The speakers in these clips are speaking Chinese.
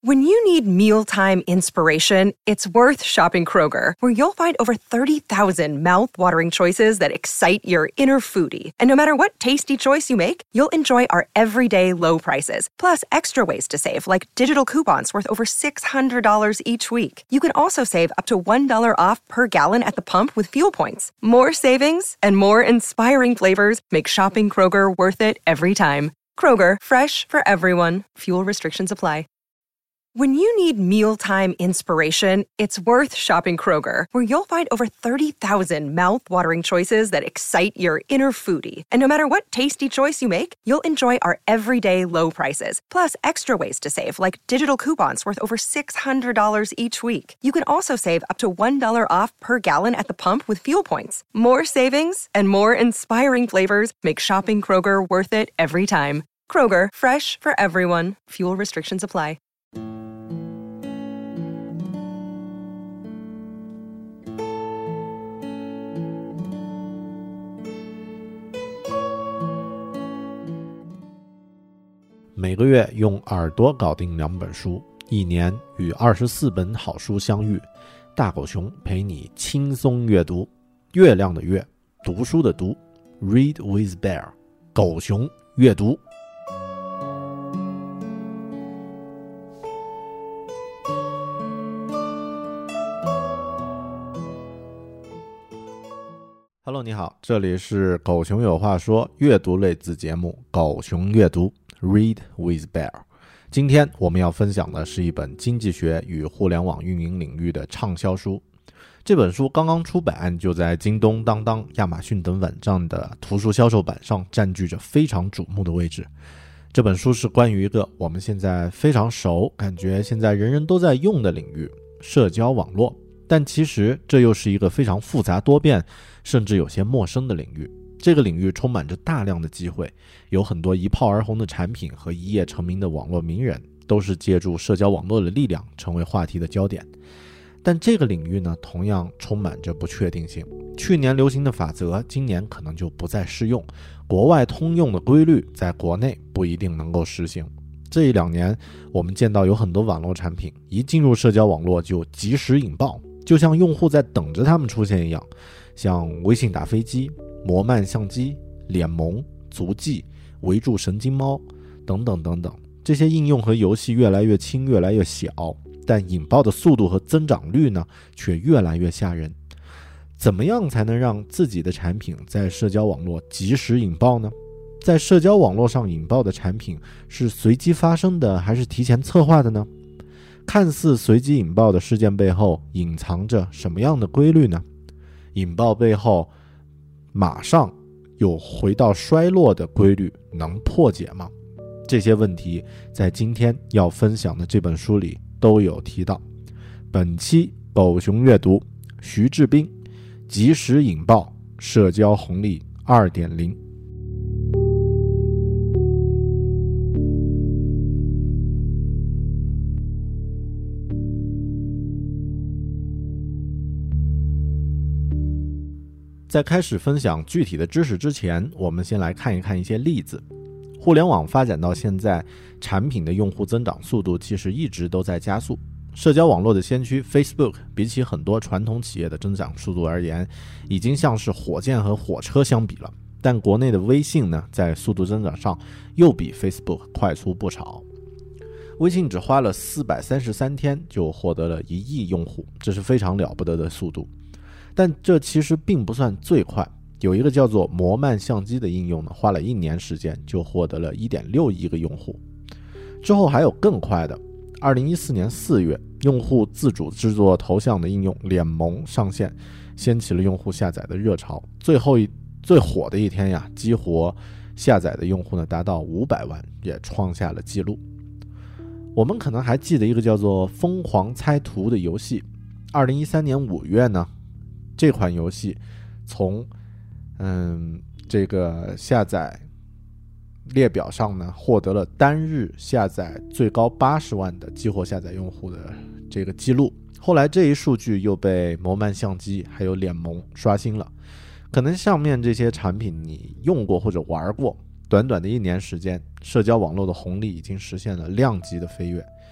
When you need mealtime inspiration, it's worth shopping Kroger, where you'll find over 30,000 mouth-watering choices that excite your inner foodie. And no matter what tasty choice you make, you'll enjoy our everyday low prices, plus extra ways to save, like digital coupons worth over $600 each week. You can also save up to $1 off per gallon at the pump with fuel points. More savings and more inspiring flavors make shopping Kroger worth it every time. Kroger, fresh for everyone. Fuel restrictions apply. When you need mealtime inspiration, it's worth shopping Kroger, where you'll find over 30,000 mouth-watering choices that excite your inner foodie. And no matter what tasty choice you make, you'll enjoy our everyday low prices, plus extra ways to save, like digital coupons worth over $600 each week. You can also save up to $1 off per gallon at the pump with fuel points. More savings and more inspiring flavors make shopping Kroger worth it every time. Kroger, fresh for everyone. Fuel restrictions apply. 每个月用耳朵搞定2本书，一年与24本好书相遇。大狗熊陪你轻松阅读。月亮的月，读书的读 ，Read with Bear， 狗熊阅读。Hello， 你好，这里是狗熊有话说阅读类子节目《狗熊阅读》Read with Bear。今天我们要分享的是一本经济学与互联网运营领域的畅销书。这本书刚刚出版，就在京东、当当、亚马逊等网站的图书销售榜上占据着非常瞩目的位置。这本书是关于一个我们现在非常熟，感觉现在人人都在用的领域——社交网络。但其实这又是一个非常复杂多变，甚至有些陌生的领域。这个领域充满着大量的机会，有很多一炮而红的产品和一夜成名的网络名人，都是借助社交网络的力量成为话题的焦点。但这个领域呢，同样充满着不确定性。去年流行的法则，今年可能就不再适用；国外通用的规律，在国内不一定能够实行。这1-2年，我们见到有很多网络产品一进入社交网络就及时引爆，就像用户在等着他们出现一样，像微信打飞机、摩曼相机、脸萌、足迹、围住神经猫等等等等，这些应用和游戏越来越轻，越来越小，但引爆的速度和增长率呢，却越来越吓人。怎么样才能让自己的产品在社交网络及时引爆呢？在社交网络上引爆的产品是随机发生的，还是提前策划的呢？看似随机引爆的事件背后隐藏着什么样的规律呢？引爆背后马上有回到衰落的规律能破解吗？这些问题在今天要分享的这本书里都有提到。本期狗熊阅读，徐志斌，及时引爆社交红利 2.0。在开始分享具体的知识之前，我们先来看一看一些例子。互联网发展到现在，产品的用户增长速度其实一直都在加速。社交网络的先驱 Facebook 比起很多传统企业的增长速度而言，已经像是火箭和火车相比了。但国内的微信呢，在速度增长上又比 Facebook 快出不少。微信只花了433天就获得了1亿用户，这是非常了不得的速度。但这其实并不算最快，有一个叫做摩曼相机的应用呢，花了1年时间就获得了 1.6 亿个用户。之后还有更快的，2014年4月，用户自主制作头像的应用脸萌上线，掀起了用户下载的热潮。最火的一天呀，激活下载的用户呢达到500万，也创下了记录。我们可能还记得一个叫做疯狂猜图的游戏。2013年5月呢，这款游戏从这个下载列表上呢获得了单日下载最高80万的激活下载用户的这个记录。后来这一数据又被摩曼相机还有脸萌刷新了。可能上面这些产品你用过或者玩过，短短的1年时间，社交网络的红利已经实现了量级的飞跃。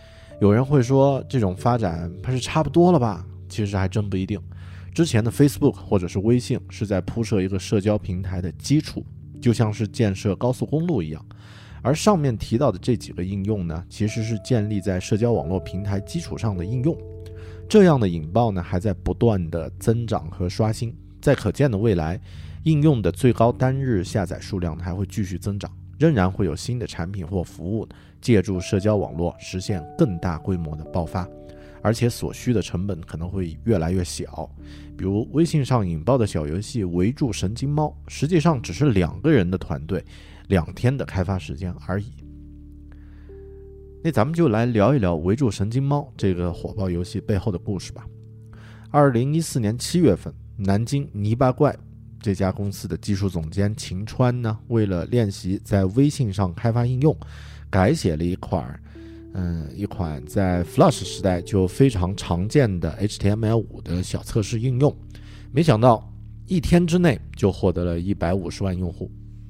有人会说这种发展它是差不多了吧？其实还真不一定。之前的 Facebook 或者是微信是在铺设一个社交平台的基础，就像是建设高速公路一样，而上面提到的这几个应用呢，其实是建立在社交网络平台基础上的应用。这样的引爆呢，还在不断的增长和刷新，在可见的未来，应用的最高单日下载数量还会继续增长，仍然会有新的产品或服务借助社交网络实现更大规模的爆发，而且所需的成本可能会越来越小。比如微信上引爆的小游戏围住神经猫，实际上只是2个人的团队2天的开发时间而已。那咱们就来聊一聊围住神经猫这个火爆游戏背后的故事吧。2014年7月份，南京泥巴怪这家公司的技术总监秦川呢，为了练习在微信上开发应用，改写了一款在 Flash 时代就非常常见的 HTML5 的小测试应用，没想到1天之内就获得了150万用户。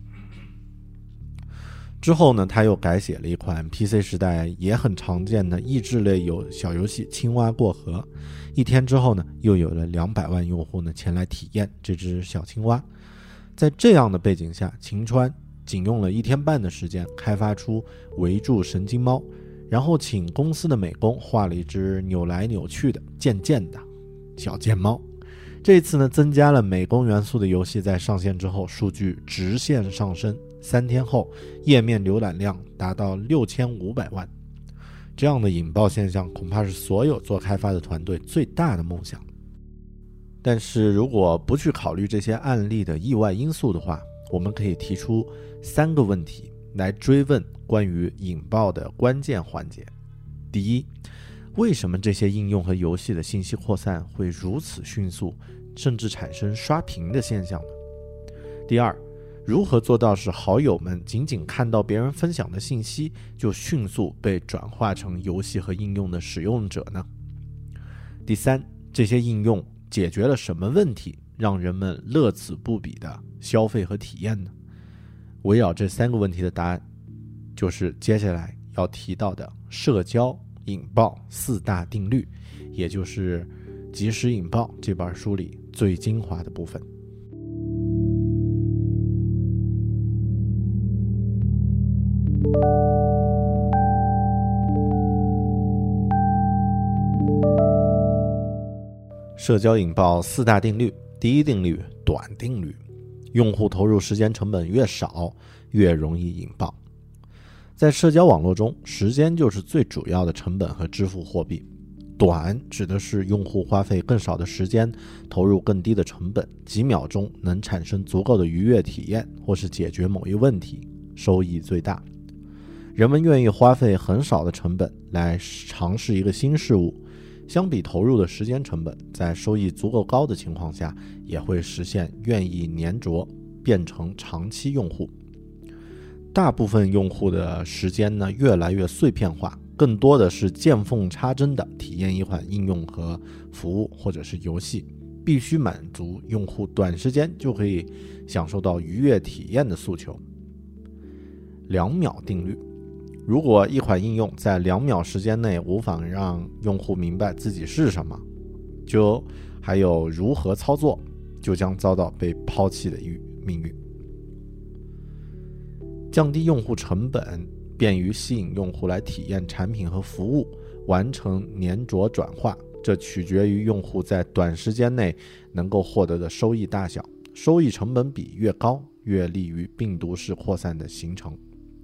之后呢，他又改写了一款 PC 时代也很常见的益智类小游戏青蛙过河，1天之后呢，又有了200万用户呢前来体验这只小青蛙。在这样的背景下，秦川仅用了1天半的时间开发出围住神经猫，然后请公司的美工画了一只扭来扭去的贱贱的小贱猫。这次呢，增加了美工元素的游戏在上线之后，数据直线上升，3天后页面浏览量达到6500万。这样的引爆现象恐怕是所有做开发的团队最大的梦想。但是如果不去考虑这些案例的意外因素的话，我们可以提出3个问题来追问关于引爆的关键环节。第一，为什么这些应用和游戏的信息扩散会如此迅速，甚至产生刷屏的现象呢？第二，如何做到使好友们仅仅看到别人分享的信息就迅速被转化成游戏和应用的使用者呢？第三，这些应用解决了什么问题，让人们乐此不彼的消费和体验呢？围绕这3个问题的答案，就是接下来要提到的社交引爆4大定律，也就是《即时引爆》这本书里最精华的部分。社交引爆4大定律。第一定律，短定律，用户投入时间成本越少，越容易引爆。在社交网络中，时间就是最主要的成本和支付货币。短指的是用户花费更少的时间，投入更低的成本，几秒钟能产生足够的愉悦体验，或是解决某一问题，收益最大。人们愿意花费很少的成本来尝试一个新事物，相比投入的时间成本，在收益足够高的情况下，也会实现愿意粘着，变成长期用户。大部分用户的时间呢，越来越碎片化，更多的是见缝插针的体验一款应用和服务或者是游戏，必须满足用户短时间就可以享受到愉悦体验的诉求。2秒定律，如果一款应用在2秒时间内无法让用户明白自己是什么，就还有如何操作，就将遭到被抛弃的命运。降低用户成本，便于吸引用户来体验产品和服务，完成粘着转化，这取决于用户在短时间内能够获得的收益大小，收益成本比越高，越利于病毒式扩散的形成。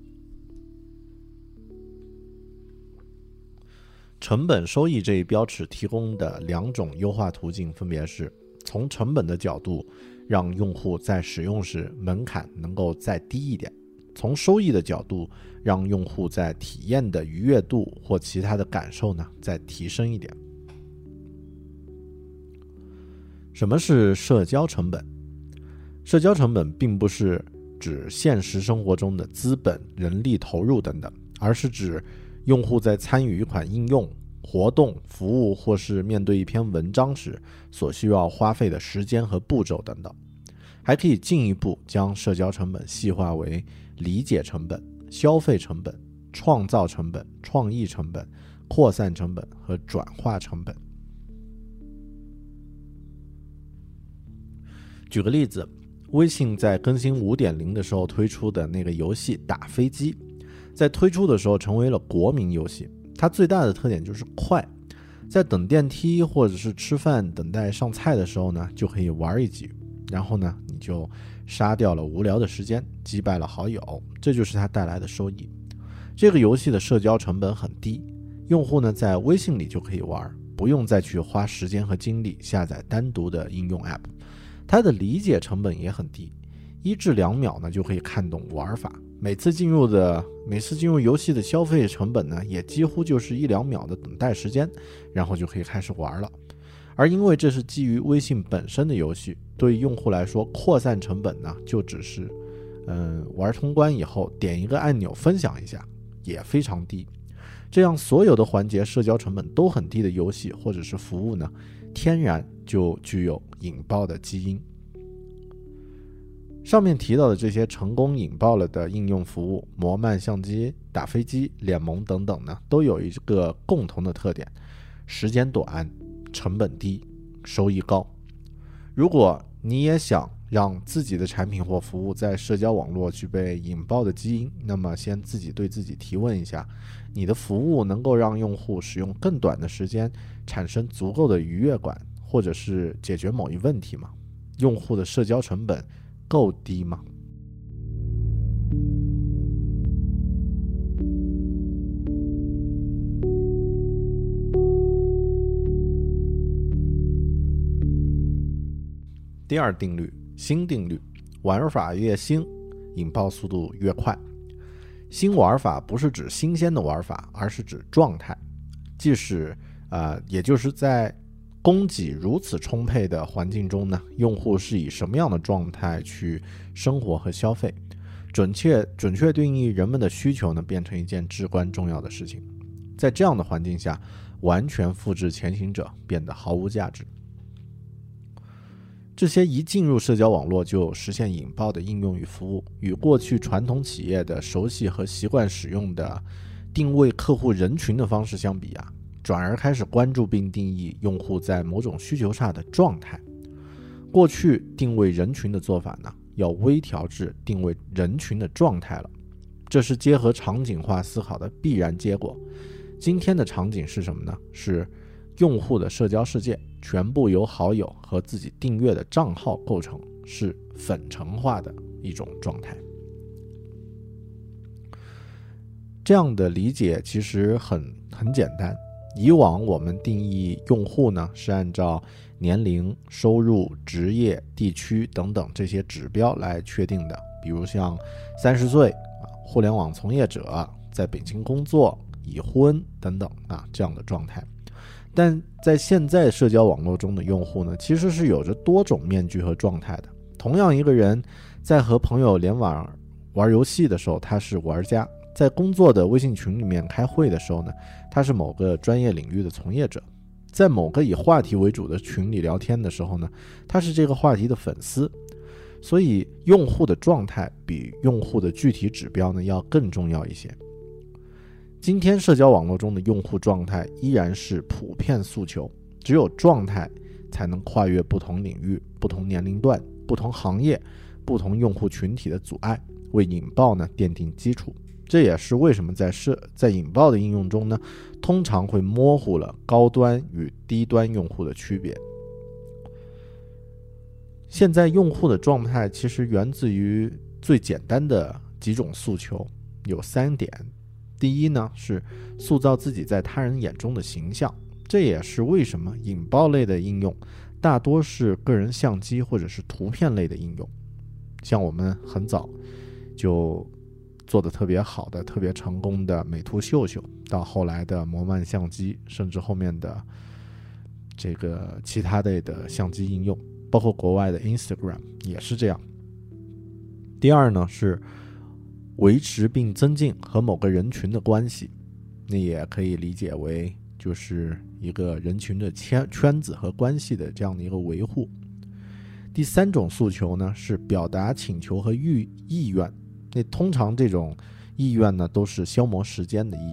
成本收益这一标尺提供的2种优化途径分别是：从成本的角度，让用户在使用时门槛能够再低一点；从收益的角度，让用户在体验的愉悦度或其他的感受呢再提升一点。什么是社交成本？社交成本并不是指现实生活中的资本、人力投入等等，而是指用户在参与一款应用、活动、服务或是面对一篇文章时所需要花费的时间和步骤等等。还可以进一步将社交成本细化为理解成本、消费成本、创造成本、创意成本、 扩散成本和转化成本。举个例子，微信在更新 5.0 的时候推出的那个游戏打飞机，在推出的时候成为了国民游戏。它最大的特点就是快，在等电梯或者是吃饭等待上菜的时候呢，就可以玩一局，然后呢你就杀掉了无聊的时间，击败了好友，这就是它带来的收益。这个游戏的社交成本很低，用户呢在微信里就可以玩，不用再去花时间和精力下载单独的应用 App。它的理解成本也很低，1至2秒呢就可以看懂玩法，每次进入游戏的消费成本呢也几乎就是1-2秒的等待时间，然后就可以开始玩了。而因为这是基于微信本身的游戏，对于用户来说扩散成本呢就只是玩通关以后点一个按钮分享一下，也非常低。这样所有的环节社交成本都很低的游戏或者是服务呢，天然就具有引爆的基因。上面提到的这些成功引爆了的应用服务，摩曼相机、打飞机、联盟等等呢，都有一个共同的特点：时间短、成本低、收益高。如果你也想让自己的产品或服务在社交网络具备引爆的基因，那么先自己对自己提问一下，你的服务能够让用户使用更短的时间产生足够的愉悦感，或者是解决某一问题吗？用户的社交成本够低吗？第二定律，新定律，玩法越新，引爆速度越快。新玩法不是指新鲜的玩法，而是指状态。也就是在供给如此充沛的环境中呢，用户是以什么样的状态去生活和消费？准确定义人们的需求呢，变成一件至关重要的事情。在这样的环境下，完全复制前行者变得毫无价值。这些一进入社交网络就实现引爆的应用与服务，与过去传统企业的熟悉和习惯使用的定位客户人群的方式相比啊，转而开始关注并定义用户在某种需求下的状态。过去定位人群的做法呢，要微调至定位人群的状态了，这是结合场景化思考的必然结果。今天的场景是什么呢？是用户的社交世界全部由好友和自己订阅的账号构成，是粉尘化的一种状态。这样的理解其实很简单。以往我们定义用户呢，是按照年龄、收入、职业、地区等等这些指标来确定的，比如像30岁、互联网从业者、在北京工作、已婚等等这样的状态。但在现在社交网络中的用户呢，其实是有着多种面具和状态的。同样一个人在和朋友联网玩游戏的时候，他是玩家；在工作的微信群里面开会的时候呢，他是某个专业领域的从业者；在某个以话题为主的群里聊天的时候呢，他是这个话题的粉丝。所以用户的状态比用户的具体指标呢要更重要一些。今天社交网络中的用户状态依然是普遍诉求，只有状态才能跨越不同领域、不同年龄段、不同行业、不同用户群体的阻碍，为引爆呢奠定基础。这也是为什么在引爆的应用中呢，通常会模糊了高端与低端用户的区别。现在用户的状态其实源自于最简单的几种诉求，有3点。第一呢，是塑造自己在他人眼中的形象，这也是为什么引爆类的应用大多是个人相机或者是图片类的应用。像我们很早就做得特别好的、特别成功的美图秀秀，到后来的摩曼相机，甚至后面的这个其他类的相机应用，包括国外的 Instagram 也是这样。第二呢，是维持并增进和某个人群的关系，那也可以理解为就是一个人群的圈子和关系的这样的一个维护。第3种诉求呢，是表达请求和意愿。那通常这种意愿呢，都是消磨时间的意愿，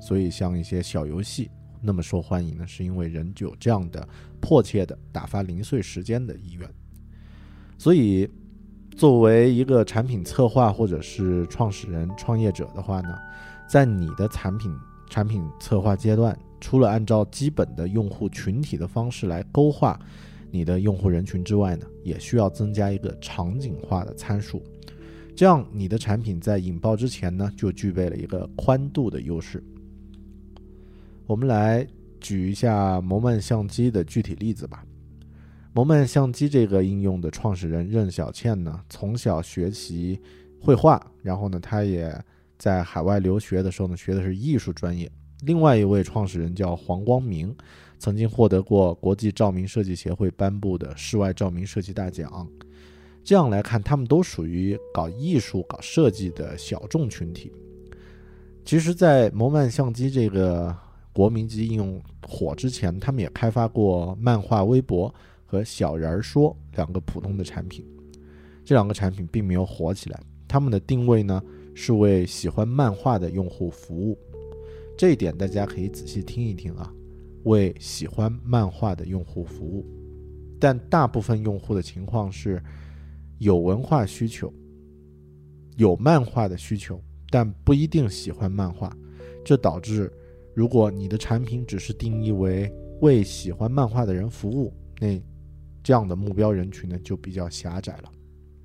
所以像一些小游戏那么受欢迎呢，是因为人就有这样的迫切的打发零碎时间的意愿。所以作为一个产品策划或者是创始人创业者的话呢，在你的产品策划阶段，除了按照基本的用户群体的方式来勾画你的用户人群之外呢，也需要增加一个场景化的参数，这样你的产品在引爆之前呢，就具备了一个宽度的优势。我们来举一下摩曼相机的具体例子吧。摩曼相机这个应用的创始人任小倩呢，从小学习绘画，然后呢，他也在海外留学的时候呢，学的是艺术专业。另外一位创始人叫黄光明，曾经获得过国际照明设计协会颁布的室外照明设计大奖。这样来看，他们都属于搞艺术、搞设计的小众群体。其实在摩曼相机这个国民级应用火之前，他们也开发过漫画微博和小人说两个普通的产品。这两个产品并没有火起来，他们的定位呢，是为喜欢漫画的用户服务。这一点大家可以仔细听一听啊，为喜欢漫画的用户服务。但大部分用户的情况是有文化需求，有漫画的需求，但不一定喜欢漫画。这导致如果你的产品只是定义为喜欢漫画的人服务，那这样的目标人群呢，就比较狭窄了。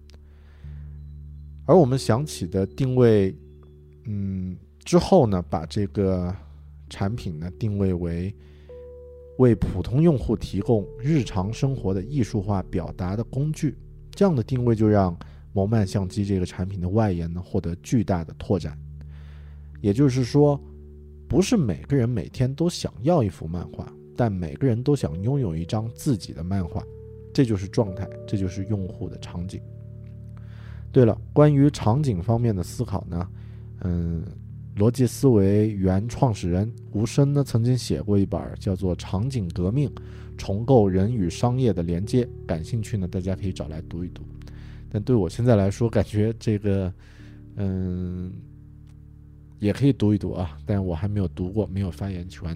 而我们想起的定位之后呢，把这个产品呢定位为普通用户提供日常生活的艺术化表达的工具，这样的定位就让摩曼相机这个产品的外延呢获得巨大的拓展。也就是说，不是每个人每天都想要一幅漫画，但每个人都想拥有一张自己的漫画，这就是状态，这就是用户的场景。对了，关于场景方面的思考呢，逻辑思维原创始人吴声呢曾经写过一本叫做《场景革命：重构人与商业的连接》，感兴趣呢大家可以找来读一读。但对我现在来说，感觉这个也可以读一读啊，但我还没有读过，没有发言权。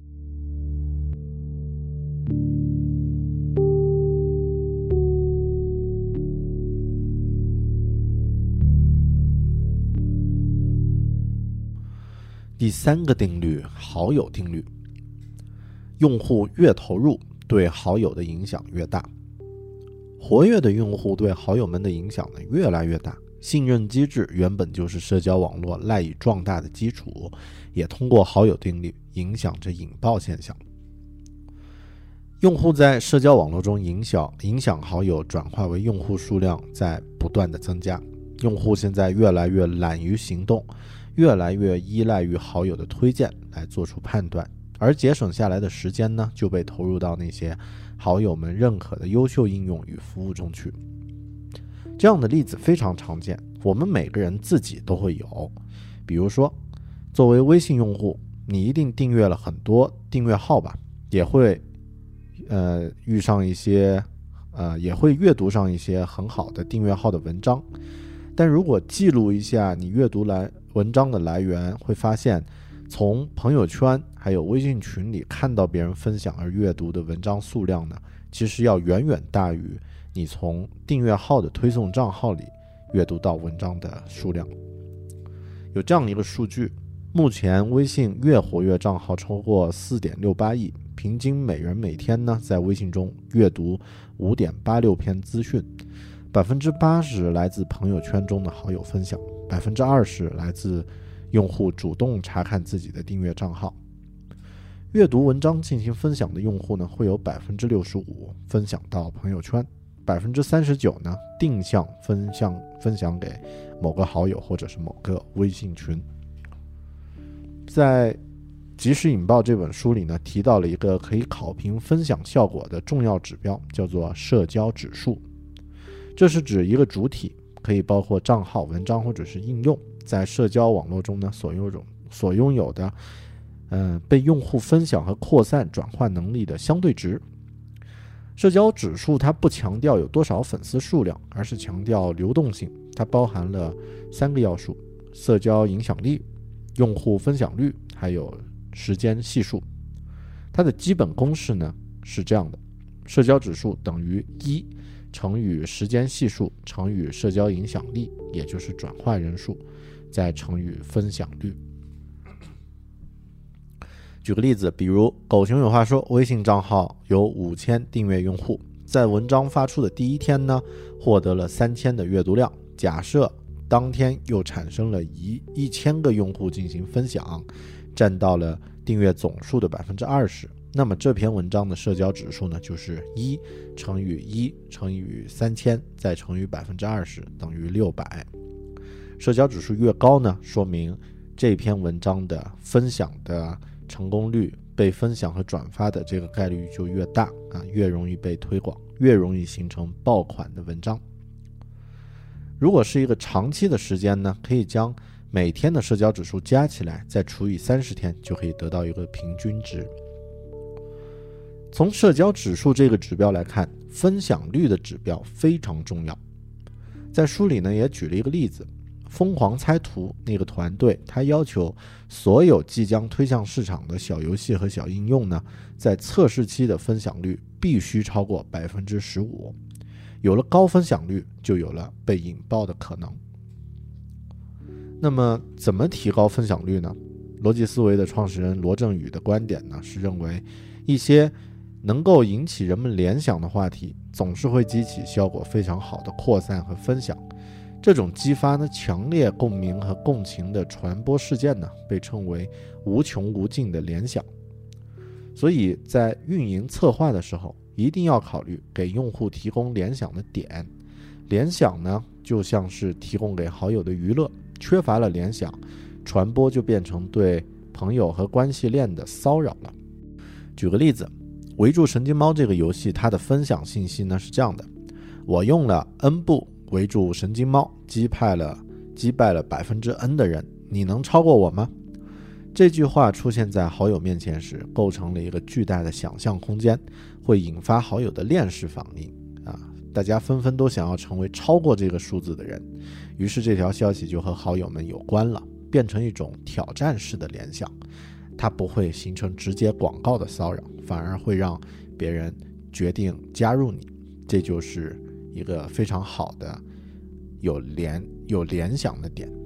第三个定律，好友定律。用户越投入，对好友的影响越大。活跃的用户对好友们的影响呢越来越大。信任机制原本就是社交网络赖以壮大的基础，也通过好友定律影响着引爆现象。用户在社交网络中影响好友转化为用户数量在不断的增加。用户现在越来越懒于行动，越来越依赖于好友的推荐来做出判断，而节省下来的时间呢，就被投入到那些好友们认可的优秀应用与服务中去。这样的例子非常常见，我们每个人自己都会有。比如说，作为微信用户，你一定订阅了很多订阅号吧，也会遇上一些也会阅读上一些很好的订阅号的文章。但如果记录一下你阅读文章的来源，会发现从朋友圈还有微信群里看到别人分享而阅读的文章数量呢，其实要远远大于你从订阅号的推送账号里阅读到文章的数量。有这样一个数据，目前微信月活跃账号超过 4.68 亿，平均每人每天呢在微信中阅读 5.86 篇资讯， 80% 来自朋友圈中的好友分享， 20% 来自用户主动查看自己的订阅账号。阅读文章进行分享的用户呢，会有 65% 分享到朋友圈， 39% 呢定向分享给某个好友或者是某个微信群。在《即时引爆》这本书里呢，提到了一个可以考评分享效果的重要指标，叫做社交指数。这是指一个主体，可以包括账号、文章或者是应用，在社交网络中呢所拥有的被用户分享和扩散转换能力的相对值。社交指数它不强调有多少粉丝数量，而是强调流动性。它包含了3个要素：社交影响力、用户分享率还有时间系数。它的基本公式呢是这样的：社交指数等于1乘以时间系数乘以社交影响力，也就是转化人数，再乘以分享率。举个例子，比如狗熊有话说微信账号有5000订阅用户，在文章发出的第一天呢，获得了3000的阅读量。假设当天又产生了1000个用户进行分享，占到了订阅总数的 20%， 那么这篇文章的社交指数呢，就是1乘以1乘以3000再乘以 20%， 等于600。社交指数越高呢，说明这篇文章的分享的成功率，被分享和转发的这个概率就越大越容易被推广，越容易形成爆款的文章。如果是一个长期的时间呢，可以将每天的社交指数加起来，再除以30天，就可以得到一个平均值。从社交指数这个指标来看，分享率的指标非常重要。在书里呢也举了一个例子，疯狂猜图那个团队，他要求所有即将推向市场的小游戏和小应用呢，在测试期的分享率必须超过 15%。 有了高分享率，就有了被引爆的可能。那么怎么提高分享率呢？逻辑思维的创始人罗振宇的观点呢，是认为一些能够引起人们联想的话题，总是会激起效果非常好的扩散和分享。这种激发呢强烈共鸣和共情的传播事件呢，被称为无穷无尽的联想。所以在运营策划的时候，一定要考虑给用户提供联想的点。联想呢就像是提供给好友的娱乐，缺乏了联想，传播就变成对朋友和关系链的骚扰了。举个例子，围住神经猫这个游戏，它的分享信息呢是这样的：我用了 N 步围住神经猫，击败了 N 的人，你能超过我吗？这句话出现在好友面前时，构成了一个巨大的想象空间，会引发好友的链式反应大家纷纷都想要成为超过这个数字的人，于是这条消息就和好友们有关了，变成一种挑战式的联想。它不会形成直接广告的骚扰，反而会让别人决定加入你。这就是一个非常好的有联想的点。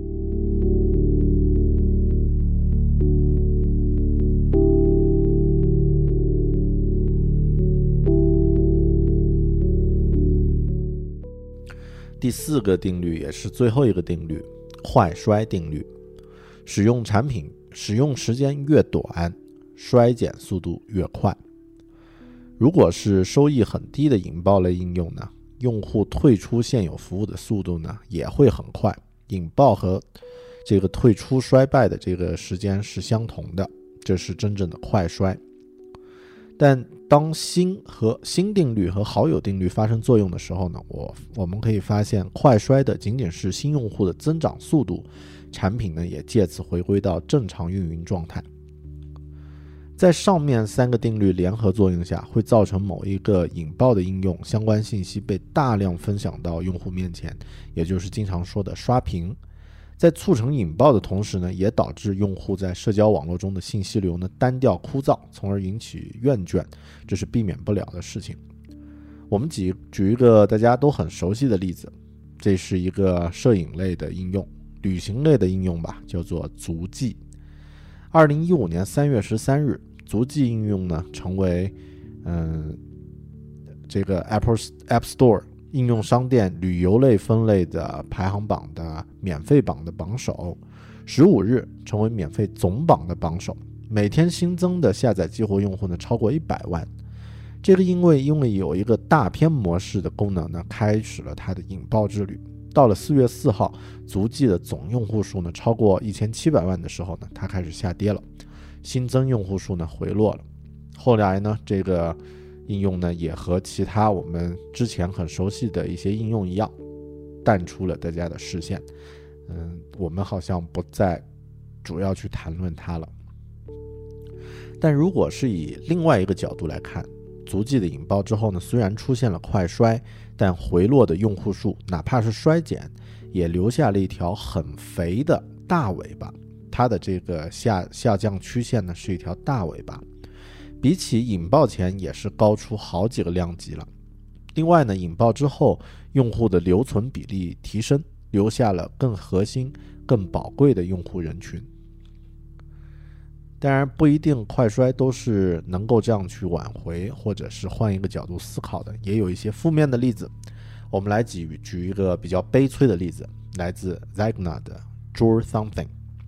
第4个定律，也是最后一个定律，坏衰定律。使用产品使用时间越短，衰减速度越快。如果是收益很低的引爆类应用呢，用户退出现有服务的速度呢也会很快，引爆和这个退出衰败的这个时间是相同的，这是真正的快衰。但当新定律和好友定律发生作用的时候呢，我们可以发现快衰的仅仅是新用户的增长速度，产品呢也借此回归到正常运营状态。在上面3个定律联合作用下，会造成某一个引爆的应用相关信息被大量分享到用户面前，也就是经常说的刷屏。在促成引爆的同时呢，也导致用户在社交网络中的信息流呢单调枯燥，从而引起厌倦，这是避免不了的事情。我们举一个大家都很熟悉的例子，这是一个摄影类的应用，旅行类的应用吧，叫做足迹。2015年3月13日，足迹应用呢成为这个 App Store 应用商店旅游类分类的排行榜的免费榜的榜首，15日成为免费总榜的榜首，每天新增的下载激活用户呢超过100万。这个因为有一个大片模式的功能呢，开始了它的引爆之旅。到了4月4号，足迹的总用户数呢超过1700万的时候呢，它开始下跌了，新增用户数呢回落了。后来呢，这个应用呢也和其他我们之前很熟悉的一些应用一样，淡出了大家的视线。我们好像不再主要去谈论它了。但如果是以另外一个角度来看，足迹的引爆之后呢，虽然出现了快衰，但回落的用户数哪怕是衰减，也留下了一条很肥的大尾巴。 它的这个下降曲线呢是一条大尾巴，比起引爆前也是高出好几个量级了。另外呢，引爆之后用户的留存比例提升，留下了更核心更宝贵的用户人群。当然不一定快衰都是能够这样去挽回，或者是换一个角度思考的，也有一些负面的例子。我们来举一个比较悲催的例子，来自 Zegna 的 Draw Something。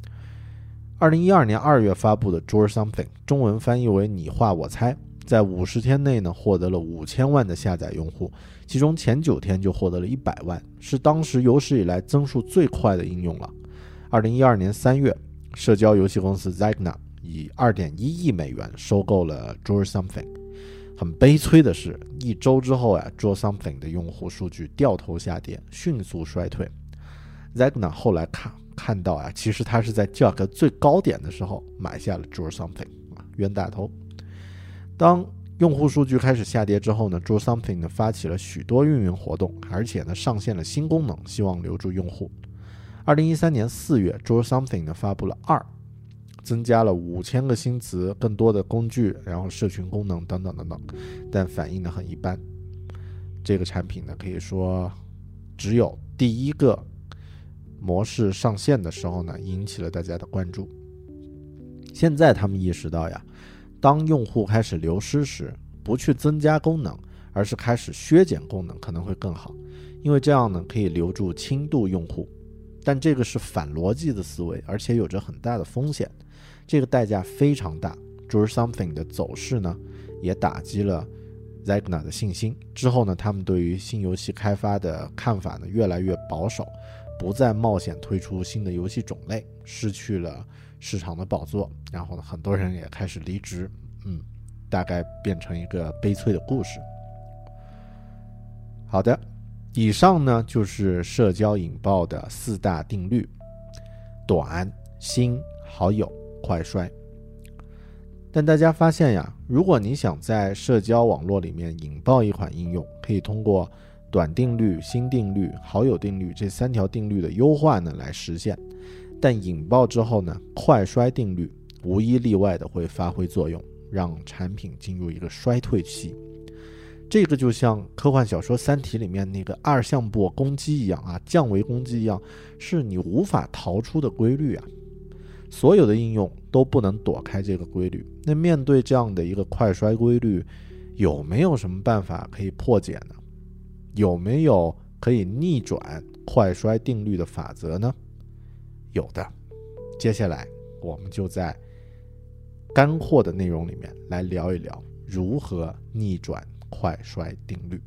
2012年2月发布的 Draw Something 中文翻译为你画我猜，在50天内呢获得了5000万的下载用户，其中前9天就获得了100万，是当时有史以来增速最快的应用了。2012年3月，社交游戏公司 Zegna 以 2.1 亿美元收购了 Draw Something。 很悲催的是，1周之后Draw Something 的用户数据掉头下跌，迅速衰退。 Zegna 后来看到其实他是在价格最高点的时候买下了 Draw Something， 冤大头。当用户数据开始下跌之后呢， Draw Something 呢发起了许多运营活动，而且呢上线了新功能，希望留住用户。2013年4月 Draw Something 呢发布了2，增加了5000个新词，更多的工具，然后社群功能等等等等，但反应呢很一般。这个产品呢可以说只有第一个模式上线的时候呢引起了大家的关注。现在他们意识到当用户开始流失时，不去增加功能，而是开始削减功能可能会更好，因为这样呢可以留住轻度用户。但这个是反逻辑的思维，而且有着很大的风险，这个代价非常大。 Draw Something 的走势呢也打击了 Zegna 的信心。之后呢，他们对于新游戏开发的看法呢越来越保守，不再冒险推出新的游戏种类，失去了市场的宝座。然后呢，很多人也开始离职，大概变成一个悲催的故事。好的，以上呢就是社交引爆的4大定律：短、新、好友、快衰。但大家发现如果你想在社交网络里面引爆一款应用，可以通过短定律、新定律、好友定律这3条定律的优化呢来实现。但引爆之后呢，快衰定律无一例外的会发挥作用，让产品进入一个衰退期。这个就像科幻小说《三体》里面那个二向箔攻击一样降维攻击一样，是你无法逃出的规律所有的应用都不能躲开这个规律。那面对这样的一个快衰规律，有没有什么办法可以破解呢？有没有可以逆转快衰定律的法则呢？有的。接下来我们就在干货的内容里面来聊一聊如何逆转快衰定律。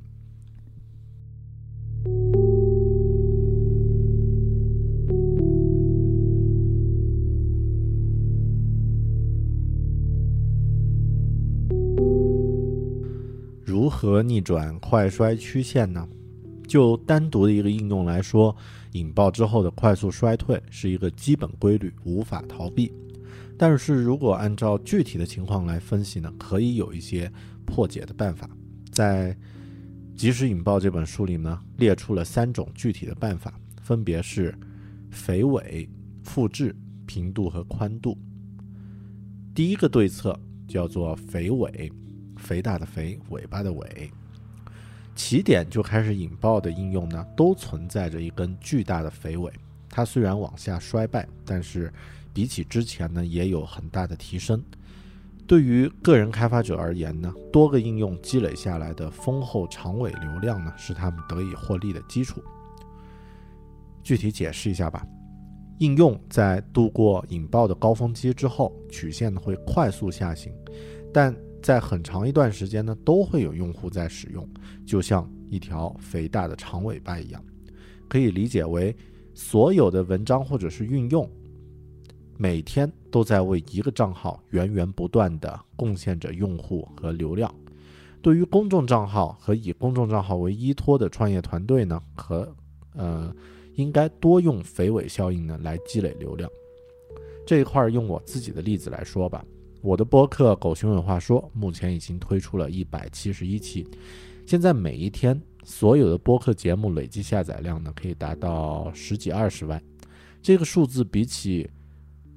如何逆转快衰曲线呢？就单独的一个应用来说，引爆之后的快速衰退是一个基本规律，无法逃避。但是如果按照具体的情况来分析呢，可以有一些破解的办法。在《即时引爆》这本书里呢，列出了3种具体的办法，分别是肥尾、复制、频度和宽度。第一个对策叫做肥尾，肥大的肥，尾巴的尾。起点就开始引爆的应用呢，都存在着一根巨大的肥尾，它虽然往下衰败，但是比起之前呢，也有很大的提升。对于个人开发者而言呢，多个应用积累下来的丰厚长尾流量呢，是他们得以获利的基础。具体解释一下吧。应用在度过引爆的高峰期之后，曲线会快速下行，但在很长一段时间呢，都会有用户在使用，就像一条肥大的长尾巴一样。可以理解为所有的文章或者是运用每天都在为一个账号源源不断地贡献着用户和流量。对于公众账号和以公众账号为依托的创业团队呢，应该多用肥尾效应呢来积累流量。这一块用我自己的例子来说吧，我的播客狗熊有话说目前已经推出了171期，现在每一天所有的播客节目累计下载量呢可以达到10几20万。这个数字比起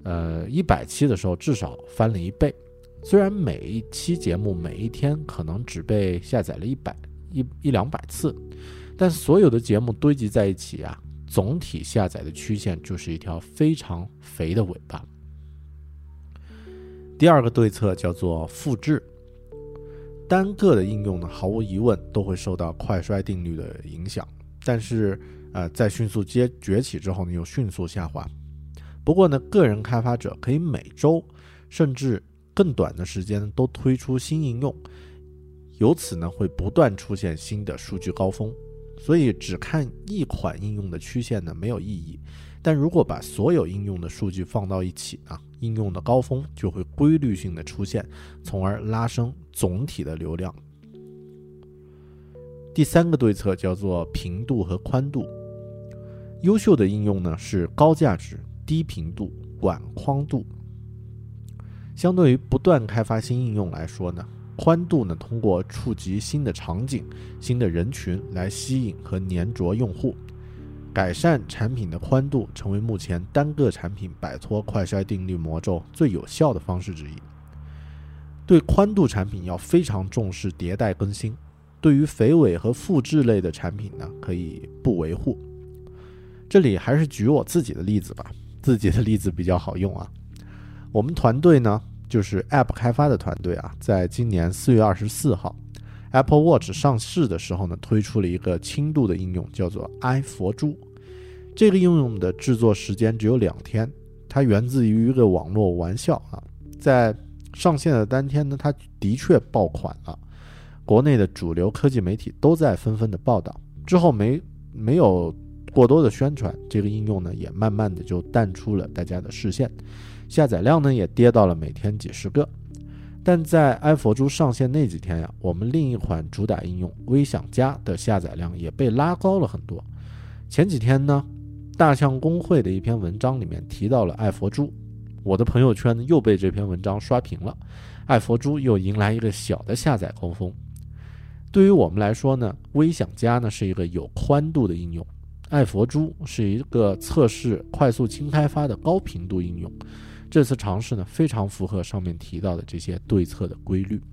100期的时候至少翻了1倍。虽然每一期节目每一天可能只被下载了100-200次，但所有的节目堆积在一起啊，总体下载的曲线就是一条非常肥的尾巴。第二个对策叫做复制。单个的应用呢，毫无疑问都会受到快衰定律的影响，但是在迅速崛起之后呢，又迅速下滑。不过呢，个人开发者可以每周甚至更短的时间都推出新应用，由此呢会不断出现新的数据高峰。所以只看一款应用的曲线呢没有意义，但如果把所有应用的数据放到一起呢，应用的高峰就会规律性的出现，从而拉升总体的流量。第三个对策叫做频度和宽度。优秀的应用呢是高价值、低频度、管宽度。相对于不断开发新应用来说呢，宽度呢通过触及新的场景、新的人群来吸引和黏着用户。改善产品的宽度成为目前单个产品摆脱快衰定律魔咒最有效的方式之一。对宽度产品要非常重视迭代更新，对于肥尾和复制类的产品呢，可以不维护。这里还是举我自己的例子吧，自己的例子比较好用啊。我们团队呢，就是 App 开发的团队啊，在今年4月24号 Apple Watch 上市的时候呢，推出了一个轻度的应用，叫做 i 佛珠。这个应用的制作时间只有2天，它源自于一个网络玩笑啊。在上线的当天呢，它的确爆款了，国内的主流科技媒体都在纷纷的报道。之后没有过多的宣传，这个应用呢也慢慢的就淡出了大家的视线，下载量呢也跌到了每天几十个。但在i佛珠上线那几天呀，我们另一款主打应用微享家的下载量也被拉高了很多。前几天呢，大象公会的一篇文章里面提到了i佛珠，我的朋友圈又被这篇文章刷屏了，i佛珠又迎来一个小的下载高峰。对于我们来说呢，微享家呢是一个有宽度的应用，i佛珠是一个测试快速轻开发的高频度应用。这次尝试呢，非常符合上面提到的这些对策的规律。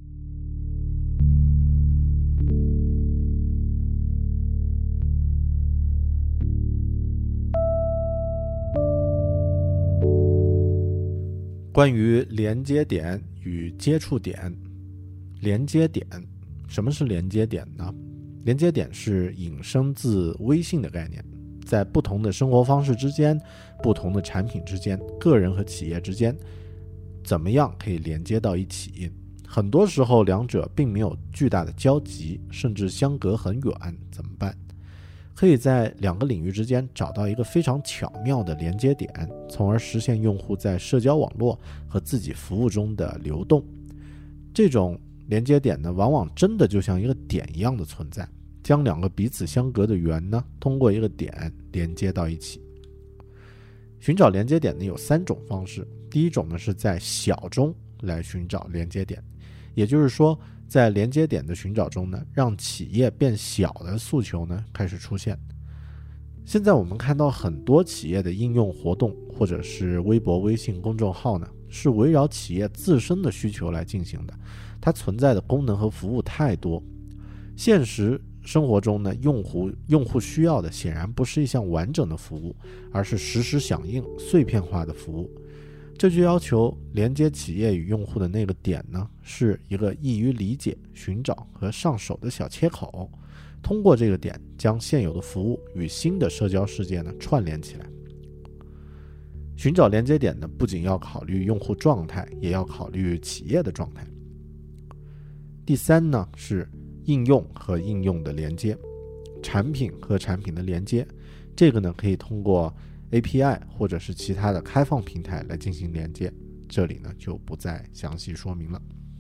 关于连接点与接触点，连接点，什么是连接点呢？连接点是引申自微信的概念，在不同的生活方式之间、不同的产品之间、个人和企业之间，怎么样可以连接到一起？很多时候两者并没有巨大的交集，甚至相隔很远，怎么办？可以在两个领域之间找到一个非常巧妙的连接点，从而实现用户在社交网络和自己服务中的流动。这种连接点呢，往往真的就像一个点一样的存在，将两个彼此相隔的圆呢，通过一个点连接到一起。寻找连接点呢有3种方式。第一种呢是在小中来寻找连接点，也就是说在连接点的寻找中呢，让企业变小的诉求呢开始出现。现在我们看到很多企业的应用活动或者是微博、微信公众号呢，是围绕企业自身的需求来进行的，它存在的功能和服务太多。现实生活中呢，用户需要的显然不是一项完整的服务，而是实时响应、碎片化的服务。这就要求连接企业与用户的那个点呢，是一个易于理解、寻找和上手的小切口，通过这个点将现有的服务与新的社交世界呢串联起来。寻找连接点呢，不仅要考虑用户状态，也要考虑企业的状态。第3呢是应用和应用的连接，产品和产品的连接，这个呢可以通过 API 或者是其他的开放平台来进行连接，这里呢就不再详细说明了。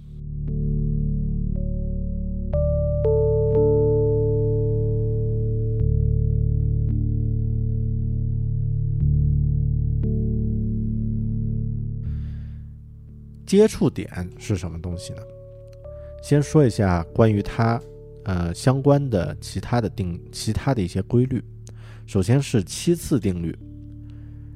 接触点是什么东西呢？先说一下关于它相关的其他的一些规律。首先是7次定律。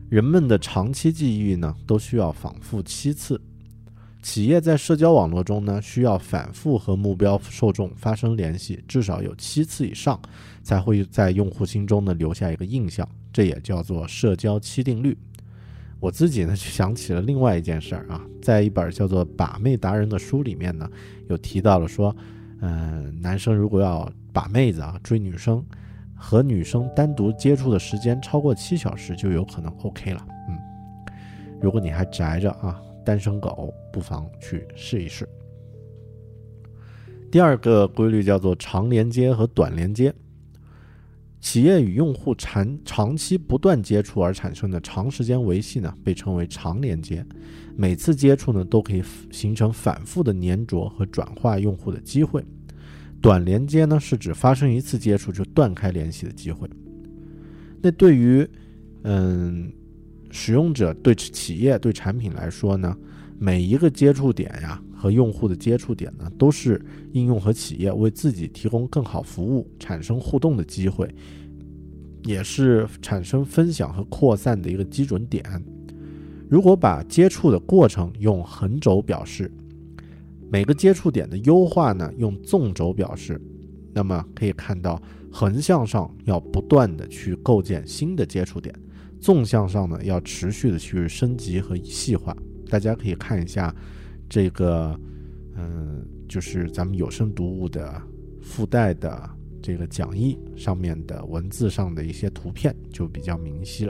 人们的长期记忆呢都需要反复7次。企业在社交网络中呢，需要反复和目标受众发生联系，至少有7次以上，才会在用户心中呢留下一个印象，这也叫做社交7定律。我自己呢就想起了另外一件事啊，在一本叫做《把妹达人》的书里面呢，有提到了说，男生如果要把妹子啊，追女生，和女生单独接触的时间超过7小时就有可能 OK 了。如果你还宅着啊，单身狗不妨去试一试。第二个规律叫做长连接和短连接。企业与用户长期不断接触而产生的长时间维系呢，被称为长连接。每次接触呢，都可以形成反复的粘着和转化用户的机会。短连接呢，是指发生一次接触就断开联系的机会。那对于使用者、对企业、对产品来说呢，每一个接触点呀和用户的接触点呢，都是应用和企业为自己提供更好服务、产生互动的机会，也是产生分享和扩散的一个基准点。如果把接触的过程用横轴表示，每个接触点的优化呢用纵轴表示，那么可以看到横向上要不断的去构建新的接触点，纵向上呢要持续的去升级和细化。大家可以看一下这个就是咱们有声读物的附带的这个讲义上面的文字上的一些图片就比较明晰了。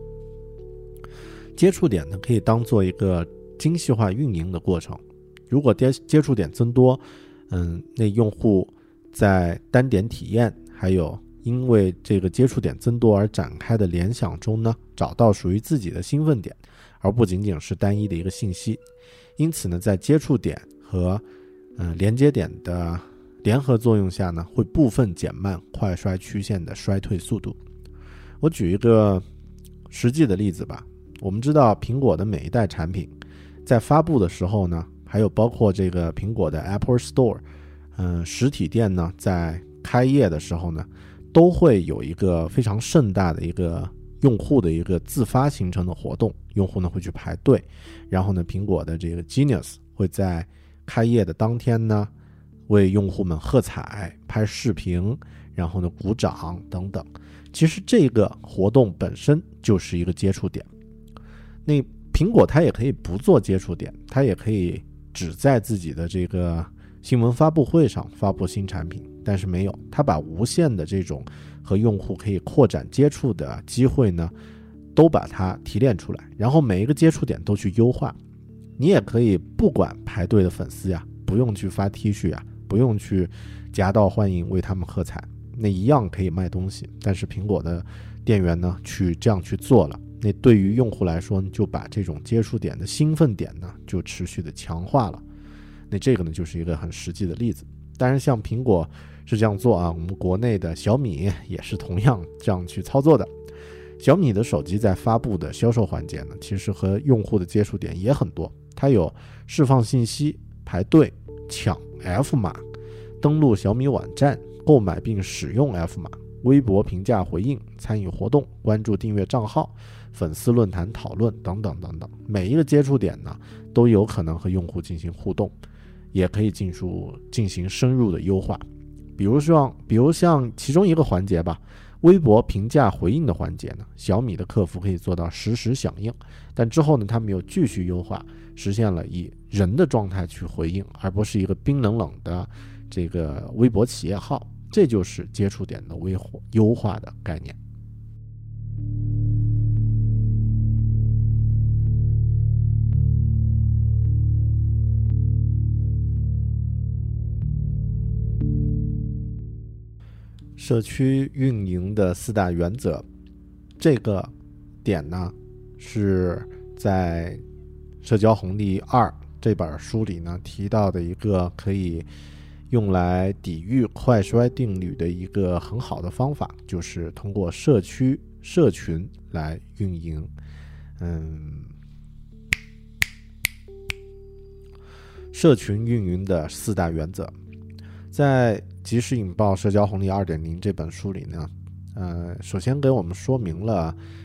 接触点呢可以当做一个精细化运营的过程，如果接触点增多，那用户在单点体验还有因为这个接触点增多而展开的联想中呢，找到属于自己的兴奋点，而不仅仅是单一的一个信息。因此呢，在接触点和连接点的联合作用下呢，会部分减慢快衰曲线的衰退速度。我举一个实际的例子吧。我们知道苹果的每一代产品在发布的时候呢，还有包括这个苹果的 Apple Store，实体店呢在开业的时候呢，都会有一个非常盛大的一个用户的一个自发形成的活动，用户呢会去排队，然后呢苹果的这个 Genius 会在开业的当天呢为用户们喝彩、拍视频，然后呢鼓掌等等。其实这个活动本身就是一个接触点。那苹果它也可以不做接触点，它也可以只在自己的这个新闻发布会上发布新产品，但是没有，它把无限的这种和用户可以扩展接触的机会呢，都把它提炼出来，然后每一个接触点都去优化。你也可以不管排队的粉丝呀，不用去发 T 恤呀，不用去夹道欢迎为他们喝彩，那一样可以卖东西。但是苹果的店员呢这样去做了，那对于用户来说就把这种接触点的兴奋点呢就持续的强化了。那这个呢就是一个很实际的例子。当然像苹果是这样做啊，我们国内的小米也是同样这样去操作的。小米的手机在发布的销售环节呢，其实和用户的接触点也很多，它有释放信息、排队、抢 F 码、登录小米网站、购买并使用 F 码、微博评价回应、参与活动、关注订阅账号、粉丝论坛讨论等等等等。每一个接触点呢都有可能和用户进行互动，也可以进行深入的优化。比如像其中一个环节吧，微博评价回应的环节呢，小米的客服可以做到实时响应，但之后呢他们又继续优化，实现了以人的状态去回应，而不是一个冰冷冷的这个微博企业号。这就是接触点的优化的概念。社区运营的4大原则，这个点呢是在《社交红利2》这本书里呢提到的一个可以用来抵御快衰定律的一个很好的方法，就是通过社群来运营。社群运营的4大原则，在即时引爆社交红利 2.0 这本书里呢，首先给我们说明了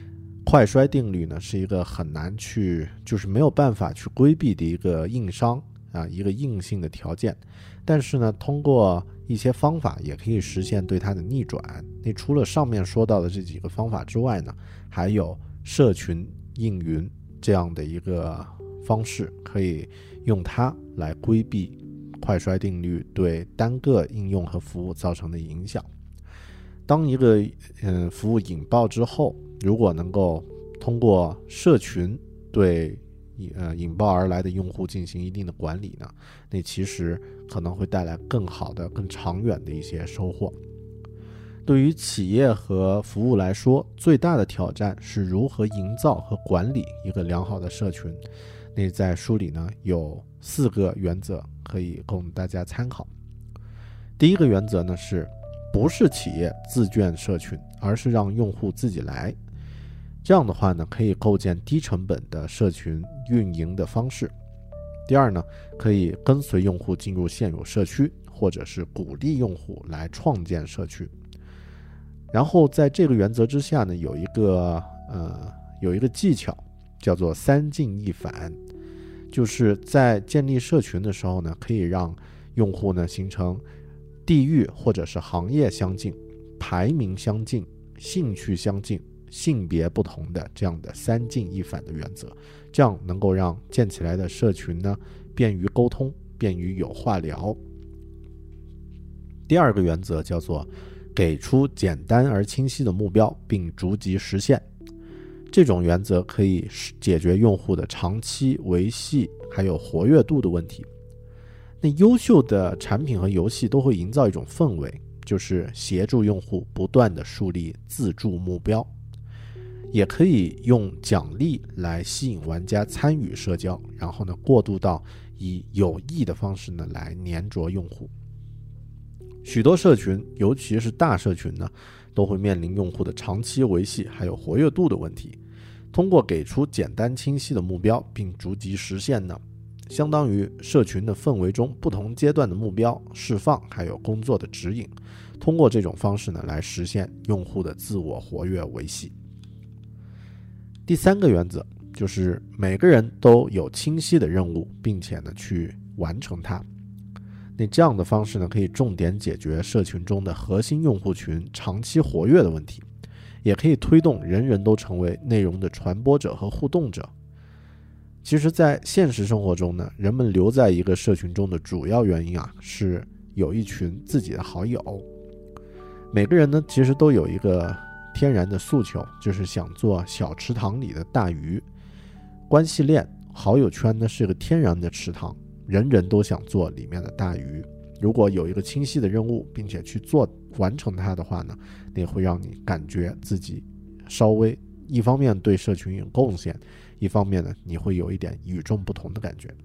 快衰定律呢是一个很难去，就是没有办法去规避的一个硬伤啊，一个硬性的条件。但是呢，通过一些方法也可以实现对它的逆转。那除了上面说到的这几个方法之外呢，还有社群应云这样的一个方式，可以用它来规避快衰定律对单个应用和服务造成的影响。当一个服务引爆之后，如果能够通过社群对引爆而来的用户进行一定的管理呢，那其实可能会带来更好的、更长远的一些收获。对于企业和服务来说，最大的挑战是如何营造和管理一个良好的社群。那在书里呢有4个原则可以供大家参考。第一个原则呢是不是企业自建社群，而是让用户自己来。这样的话呢，可以构建低成本的社群运营的方式。第二呢，可以跟随用户进入现有社区，或者是鼓励用户来创建社区。然后在这个原则之下呢，有一个技巧叫做3进1反，就是在建立社群的时候呢，可以让用户呢形成地域或者是行业相近、排名相近、兴趣相近、性别不同的这样的3进1反的原则，这样能够让建起来的社群呢便于沟通，便于有话聊。第二个原则叫做给出简单而清晰的目标，并逐级实现。这种原则可以解决用户的长期维系还有活跃度的问题。那优秀的产品和游戏都会营造一种氛围，就是协助用户不断地树立自助目标，也可以用奖励来吸引玩家参与社交，然后呢过渡到以有益的方式呢来黏着用户。许多社群，尤其是大社群呢，都会面临用户的长期维系还有活跃度的问题。通过给出简单清晰的目标并逐级实现呢，相当于社群的氛围中不同阶段的目标释放还有工作的指引，通过这种方式呢来实现用户的自我活跃维系。第3个原则就是每个人都有清晰的任务，并且呢去完成它。那这样的方式呢，可以重点解决社群中的核心用户群长期活跃的问题，也可以推动人人都成为内容的传播者和互动者。其实在现实生活中呢，人们留在一个社群中的主要原因是有一群自己的好友。每个人呢其实都有一个天然的诉求，就是想做小池塘里的大鱼。关系链好友圈呢是个天然的池塘，人人都想做里面的大鱼。如果有一个清晰的任务，并且去完成它的话呢，那会让你感觉自己稍微一方面对社群有贡献，一方面呢你会有一点与众不同的感觉。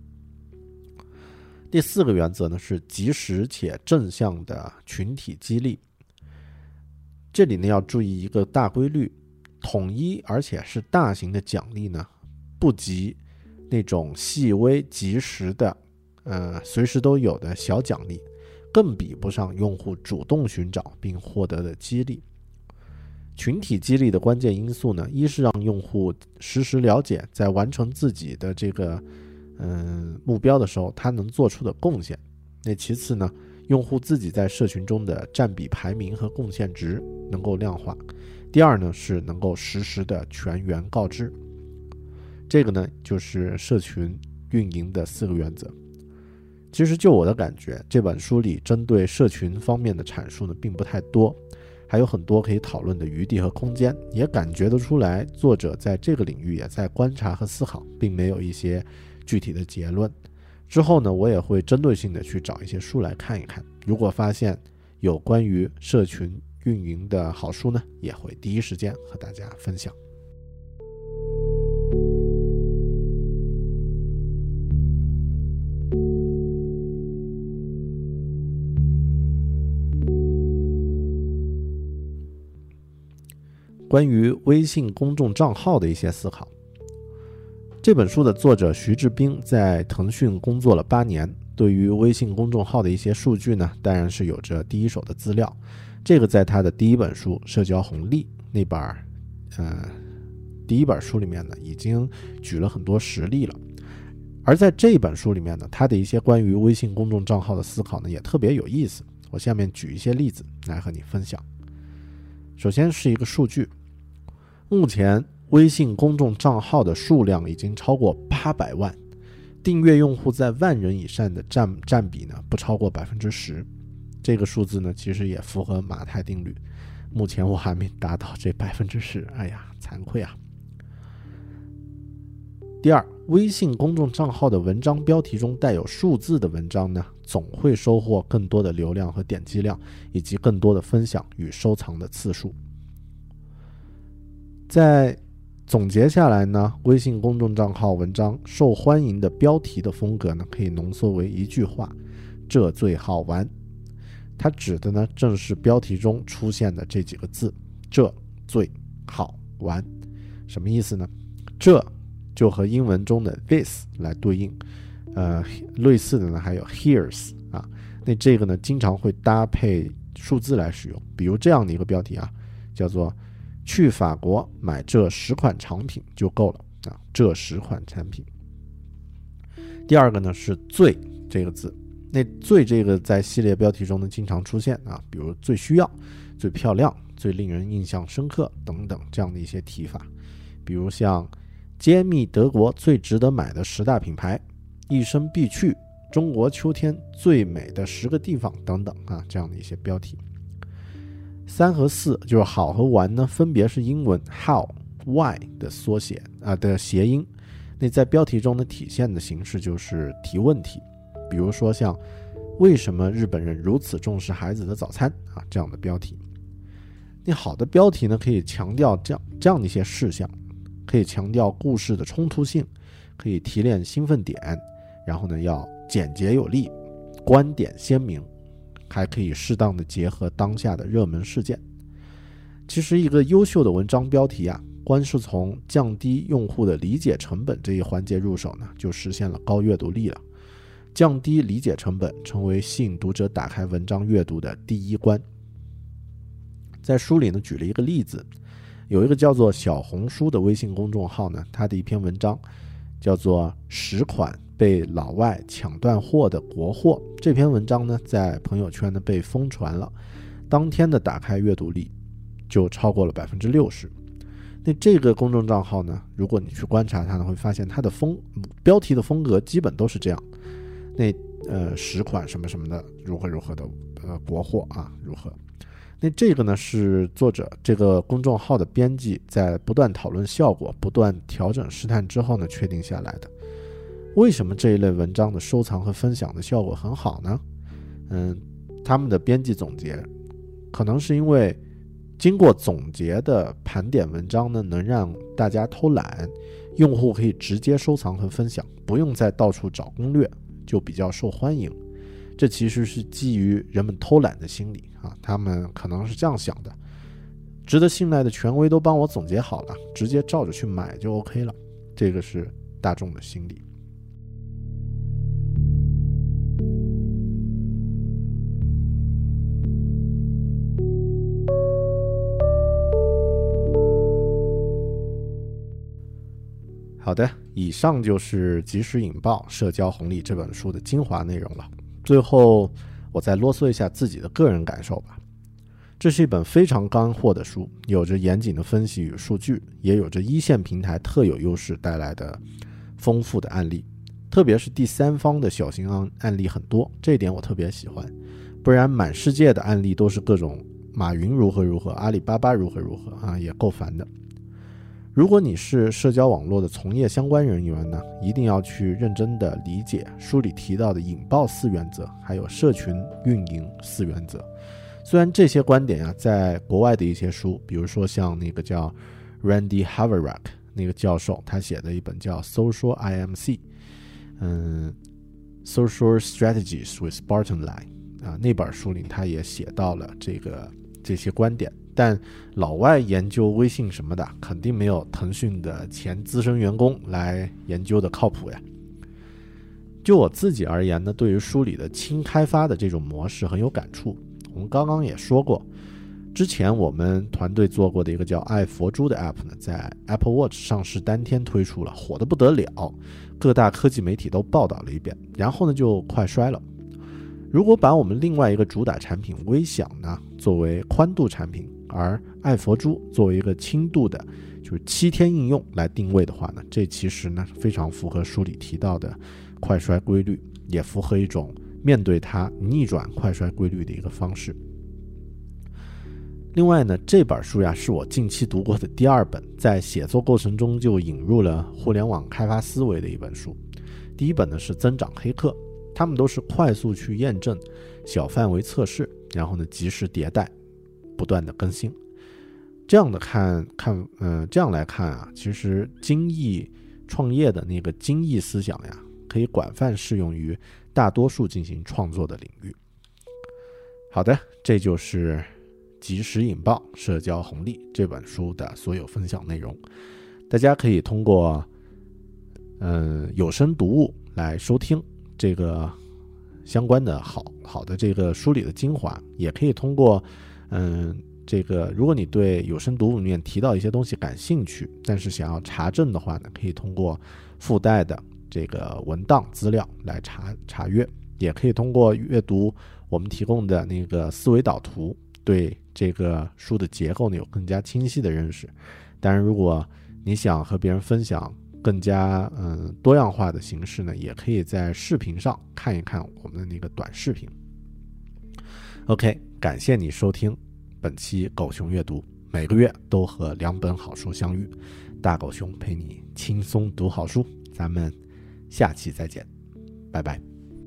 第4个原则呢是及时且正向的群体激励。这里呢要注意一个大规律，统一而且是大型的奖励呢，不及那种细微及时的随时都有的小奖励，更比不上用户主动寻找并获得的激励。群体激励的关键因素呢，一是让用户实时了解在完成自己的这个目标的时候他能做出的贡献。那其次呢，用户自己在社群中的占比排名和贡献值能够量化。第二呢，是能够实时的全员告知。这个呢就是社群运营的4个原则。其实就我的感觉，这本书里针对社群方面的阐述呢并不太多，还有很多可以讨论的余地和空间，也感觉得出来作者在这个领域也在观察和思考，并没有一些具体的结论。之后呢，我也会针对性的去找一些书来看一看，如果发现有关于社群运营的好书呢，也会第一时间和大家分享。关于微信公众账号的一些思考。这本书的作者徐志斌在腾讯工作了8年，对于微信公众号的一些数据呢，当然是有着第一手的资料。这个在他的第一本书《社交红利》那本第一本书里面呢已经举了很多实例了。而在这本书里面呢，他的一些关于微信公众账号的思考呢也特别有意思，我下面举一些例子来和你分享。首先是一个数据，目前微信公众账号的数量已经超过800万，订阅用户在10000人以上的占比呢不超过 10%。 这个数字呢其实也符合马太定律，目前我还没达到这 10%， 哎呀惭愧啊。第二，微信公众账号的文章标题中带有数字的文章呢，总会收获更多的流量和点击量，以及更多的分享与收藏的次数。在总结下来呢，微信公众账号文章受欢迎的标题的风格呢，可以浓缩为一句话：这最好玩。它指的呢，正是标题中出现的这几个字：这最好玩。什么意思呢？这就和英文中的 this 来对应，类似的呢还有 here's 啊。那这个呢经常会搭配数字来使用，比如这样的一个标题啊，叫做去法国买这10款产品就够了啊，这10款产品。第二个呢是最这个字，那最这个在系列标题中呢经常出现啊，比如最需要、最漂亮、最令人印象深刻等等这样的一些提法，比如像揭秘德国最值得买的10大品牌，一生必去，中国秋天最美的10个地方等等啊，这样的一些标题。3和4就是好和玩呢，分别是英文 how、why 的缩写的谐音。那在标题中呢体现的形式就是提问题，比如说像为什么日本人如此重视孩子的早餐啊这样的标题。那好的标题呢可以强调这样的一些事项，可以强调故事的冲突性，可以提炼兴奋点，然后呢要简洁有力，观点鲜明，还可以适当的结合当下的热门事件。其实一个优秀的文章标题啊，光是从降低用户的理解成本这一环节入手呢，就实现了高阅读力了。降低理解成本成为吸引读者打开文章阅读的第一关。在书里呢举了一个例子，有一个叫做小红书的微信公众号呢，它的一篇文章叫做10款被老外抢断货的国货。这篇文章呢在朋友圈呢被疯传了，当天的打开阅读率就超过了 60%。 那这个公众账号呢，如果你去观察它呢，会发现它的标题的风格基本都是这样，那10款什么什么的如何如何的国货啊如何。那这个呢是作者这个公众号的编辑在不断讨论效果、不断调整试探之后呢确定下来的。为什么这一类文章的收藏和分享的效果很好呢？他们的编辑总结可能是因为经过总结的盘点文章呢，能让大家偷懒，用户可以直接收藏和分享，不用再到处找攻略，就比较受欢迎。这其实是基于人们偷懒的心理啊，他们可能是这样想的：值得信赖的权威都帮我总结好了，直接照着去买就 OK 了。这个是大众的心理。好的，以上就是即时引爆社交红利这本书的精华内容了。最后我再啰嗦一下自己的个人感受吧。这是一本非常干货的书，有着严谨的分析与数据，也有着一线平台特有优势带来的丰富的案例，特别是第三方的小型案例很多，这一点我特别喜欢。不然满世界的案例都是各种马云如何如何，阿里巴巴如何如何啊，也够烦的。如果你是社交网络的从业相关人员呢，一定要去认真的理解书里提到的引爆4原则，还有社群运营4原则。虽然这些观点啊，在国外的一些书，比如说像那个叫 Randy Havarack 那个教授，他写的一本叫 Social IMC Social Strategies with Bottom Line 啊，那本书里他也写到了这些观点。但老外研究微信什么的，肯定没有腾讯的前资深员工来研究的靠谱呀。就我自己而言呢，对于书里的轻开发的这种模式很有感触。我们刚刚也说过， 之前我们团队做过的一个叫爱佛珠的 app 呢，在 Apple Watch 上市当天推出了，火得不得了，各大科技媒体都报道了一遍，然后呢就快衰了。如果把我们另外一个主打产品微享呢作为宽度产品，而爱佛珠作为一个轻度的就是7天应用来定位的话呢，这其实呢非常符合书里提到的快衰规律，也符合一种面对它逆转快衰规律的一个方式。另外呢，这本书呀是我近期读过的第2本，在写作过程中就引入了互联网开发思维的一本书。第1本呢是增长黑客，他们都是快速去验证，小范围测试，然后呢及时迭代，不断的更新。这样来看啊，其实精益创业的那个精益思想呀，可以广泛适用于大多数进行创作的领域。好的，这就是即时引爆社交红利这本书的所有分享内容。大家可以通过有声读物来收听这个相关的好的这个书里的精华，也可以通过这个如果你对有声读物里面提到一些东西感兴趣，但是想要查证的话呢，可以通过附带的这个文档资料来查阅，也可以通过阅读我们提供的那个思维导图，对这个书的结构呢有更加清晰的认识。当然如果你想和别人分享更加多样化的形式呢，也可以在视频上看一看我们的那个短视频。 OK， 感谢你收听本期狗熊阅读，每个月都和2本好书相遇，大狗熊陪你轻松读好书，咱们下期再见，拜拜。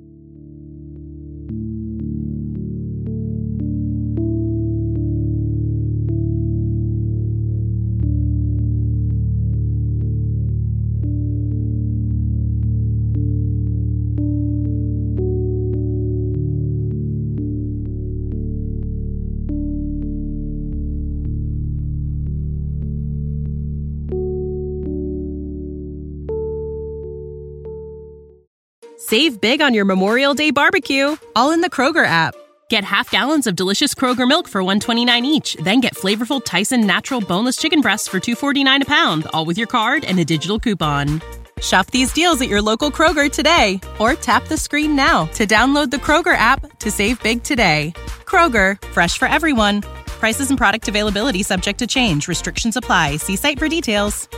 Save big on your Memorial Day barbecue, all in the Kroger app. Get half gallons of delicious Kroger milk for $1.29 each. Then get flavorful Tyson natural boneless chicken breasts for $2.49 a pound, all with your card and a digital coupon. Shop these deals at your local Kroger today, or tap the screen now to download the Kroger app to save big today. Kroger, fresh for everyone. Prices and product availability subject to change. Restrictions apply. See site for details.